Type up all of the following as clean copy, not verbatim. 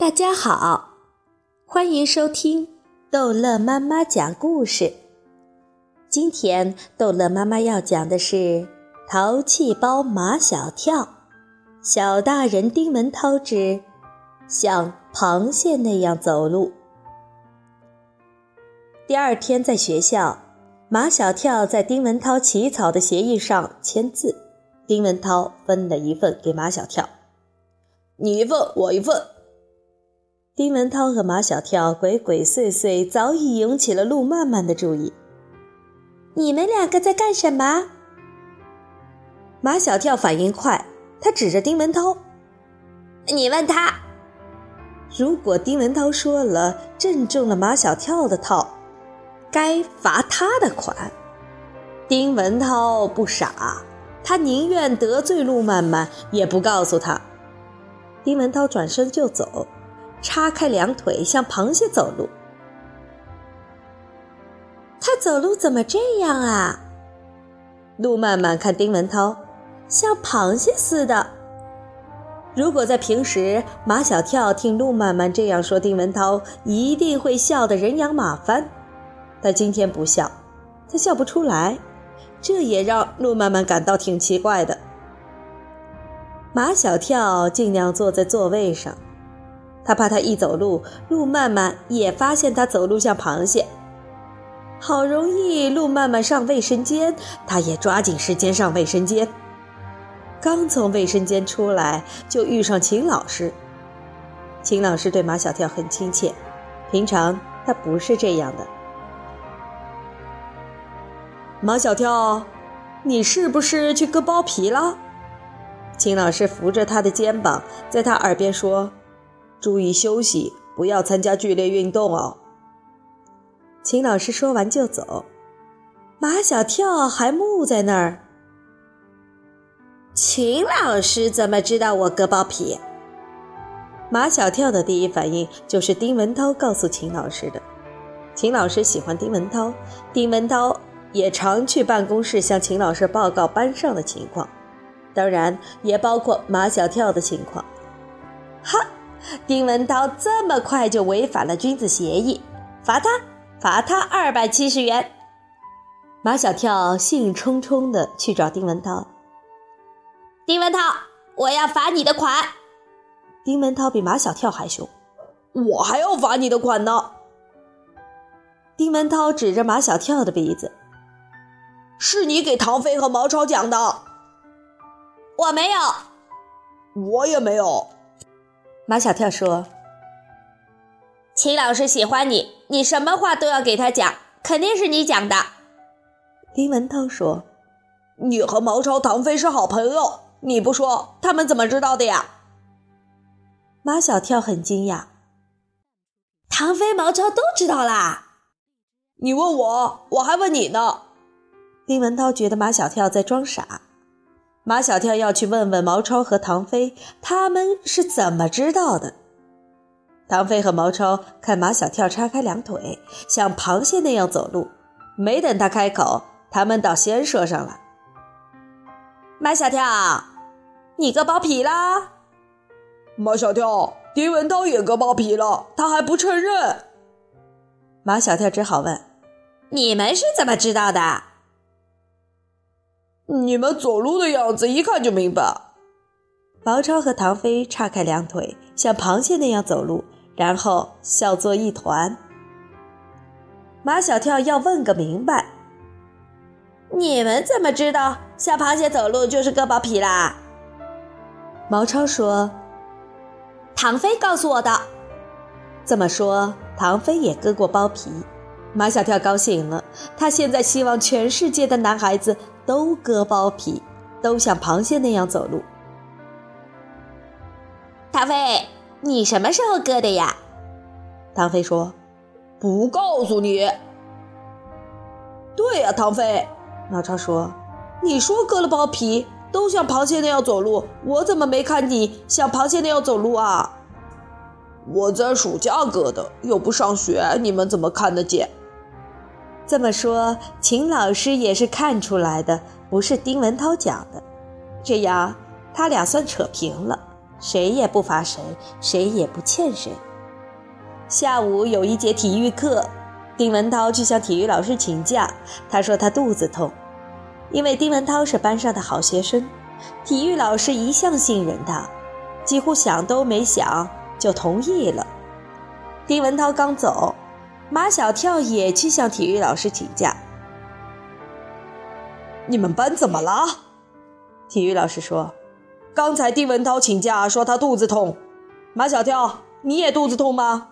大家好，欢迎收听逗乐妈妈讲故事。今天逗乐妈妈要讲的是淘气包马小跳，小大人丁文涛之像螃蟹那样走路。第二天在学校，马小跳在丁文涛起草的协议上签字，丁文涛分了一份给马小跳， 你一份我一份。 丁文涛和马小跳鬼鬼祟祟，早已引起了陆漫漫的注意。你们两个在干什么？马小跳反应快，他指着丁文涛， 你问他。 如果丁文涛说了正中了马小跳的套，该罚他的款。丁文涛不傻，他宁愿得罪陆漫漫也不告诉他。丁文涛转身就走，叉开两腿像螃蟹走路。他走路怎么这样啊？陆漫漫看丁文涛像螃蟹似的。如果在平时，马小跳听陆漫漫这样说丁文涛，一定会笑得人仰马翻。但今天不笑，他笑不出来，这也让陆漫漫感到挺奇怪的。马小跳尽量坐在座位上，他怕他一走路，陆漫漫也发现他走路像螃蟹。好容易陆漫漫上卫生间，他也抓紧时间上卫生间。刚从卫生间出来，就遇上秦老师。秦老师对马小跳很亲切，平常他不是这样的。马小跳，你是不是去割包皮了？秦老师扶着他的肩膀，在他耳边说，注意休息，不要参加剧烈运动哦。秦老师说完就走，马小跳还木在那儿。秦老师怎么知道我割包皮？马小跳的第一反应就是丁文涛告诉秦老师的。秦老师喜欢丁文涛，丁文涛也常去办公室向秦老师报告班上的情况，当然也包括马小跳的情况。哈，丁文涛这么快就违反了君子协议，罚他270元。马小跳兴冲冲地去找丁文涛。 丁文涛，我要罚你的款。 丁文涛比马小跳还凶， 我还要罚你的款呢。 丁文涛指着马小跳的鼻子， 是你给唐飞和毛超讲的。我没有。我也没有。 马小跳说， 秦老师喜欢你，你什么话都要给他讲，肯定是你讲的。 丁文涛说， 你和毛超、唐飞是好朋友，你不说，他们怎么知道的呀？ 马小跳很惊讶， 唐飞、毛超都知道啦？你问我，我还问你呢。 丁文涛觉得马小跳在装傻。马小跳要去问问毛超和唐飞，他们是怎么知道的。唐飞和毛超看马小跳叉开两腿，像螃蟹那样走路，没等他开口，他们倒先说上了。 马小跳，你割包皮啦？马小跳，丁文涛也割包皮了，他还不承认。 马小跳只好问， 你们是怎么知道的？你们走路的样子一看就明白。 毛超和唐飞叉开两腿，像螃蟹那样走路，然后笑作一团。马小跳要问个明白， 你们怎么知道像螃蟹走路就是割包皮啦？ 毛超说， 唐飞告诉我的。 这么说，唐飞也割过包皮。马小跳高兴了，他现在希望全世界的男孩子都割包皮，都像螃蟹那样走路。 唐飞，你什么时候割的呀？ 唐飞说， 不告诉你。对呀，唐飞。 毛超说， 你说割了包皮都像螃蟹那样走路，我怎么没看你像螃蟹那样走路啊？我在暑假割的，又不上学，你们怎么看得见？ 这么说，秦老师也是看出来的，不是丁文涛讲的。这样他俩算扯平了， 谁也不罚谁，谁也不欠谁。下午有一节体育课，丁文涛去向体育老师请假，他说他肚子痛。因为丁文涛是班上的好学生，体育老师一向信任他，几乎想都没想就同意了。丁文涛刚走，马小跳也去向体育老师请假。 你们班怎么了？ 体育老师说， 刚才丁文涛请假说他肚子痛，马小跳，你也肚子痛吗？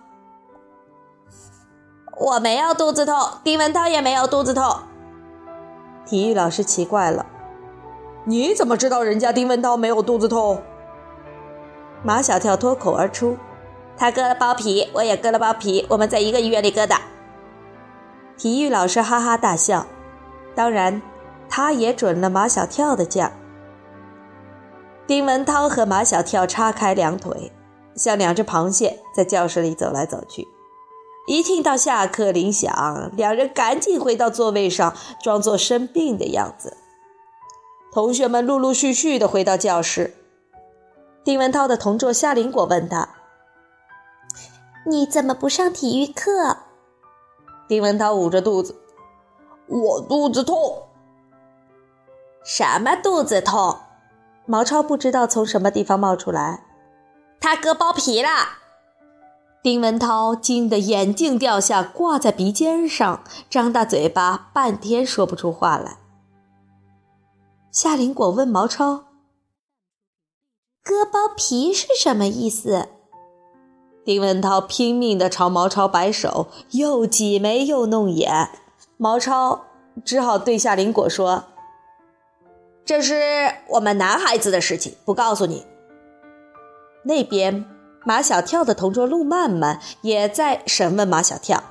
我没有肚子痛，丁文涛也没有肚子痛。体育老师奇怪了， 你怎么知道人家丁文涛没有肚子痛？ 马小跳脱口而出，他割了包皮，我也割了包皮，我们在一个医院里割的。体育老师哈哈大笑，当然他也准了马小跳的假。丁文涛和马小跳叉开两腿，像两只螃蟹在教室里走来走去。一听到下课铃响，两人赶紧回到座位上，装作生病的样子。同学们陆陆续续地回到教室。丁文涛的同桌夏林果问他，你怎么不上体育课？丁文涛捂着肚子， 我肚子痛。 什么肚子痛？毛超不知道从什么地方冒出来，他割包皮了。丁文涛惊得眼镜掉下，挂在鼻尖上，张大嘴巴，半天说不出话来。夏林果问毛超，割包皮是什么意思？丁文涛拼命地朝毛超摆手，又挤眉又弄眼。毛超只好对夏林果说，这是我们男孩子的事情，不告诉你。那边马小跳的同桌陆曼曼也在审问马小跳，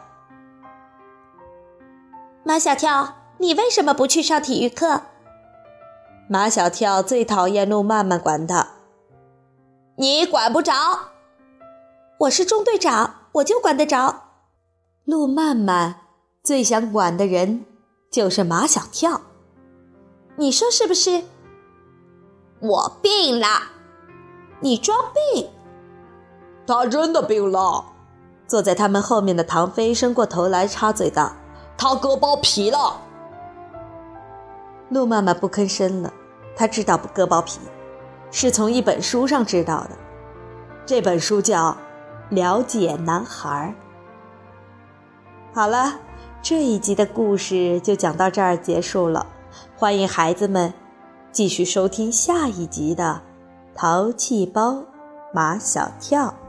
马小跳，你为什么不去上体育课？马小跳最讨厌陆曼曼管他，你管不着。我是中队长，我就管得着。陆曼曼最想管的人就是马小跳。你说是不是？我病了。你装病。 他真的病了。 坐在他们后面的唐飞伸过头来插嘴道， 他割包皮了。 陆曼曼不吭声了，他知道割包皮是从一本书上知道的，这本书叫《了解男孩》。好了，这一集的故事就讲到这儿结束了，欢迎孩子们继续收听下一集的《淘气包马小跳》。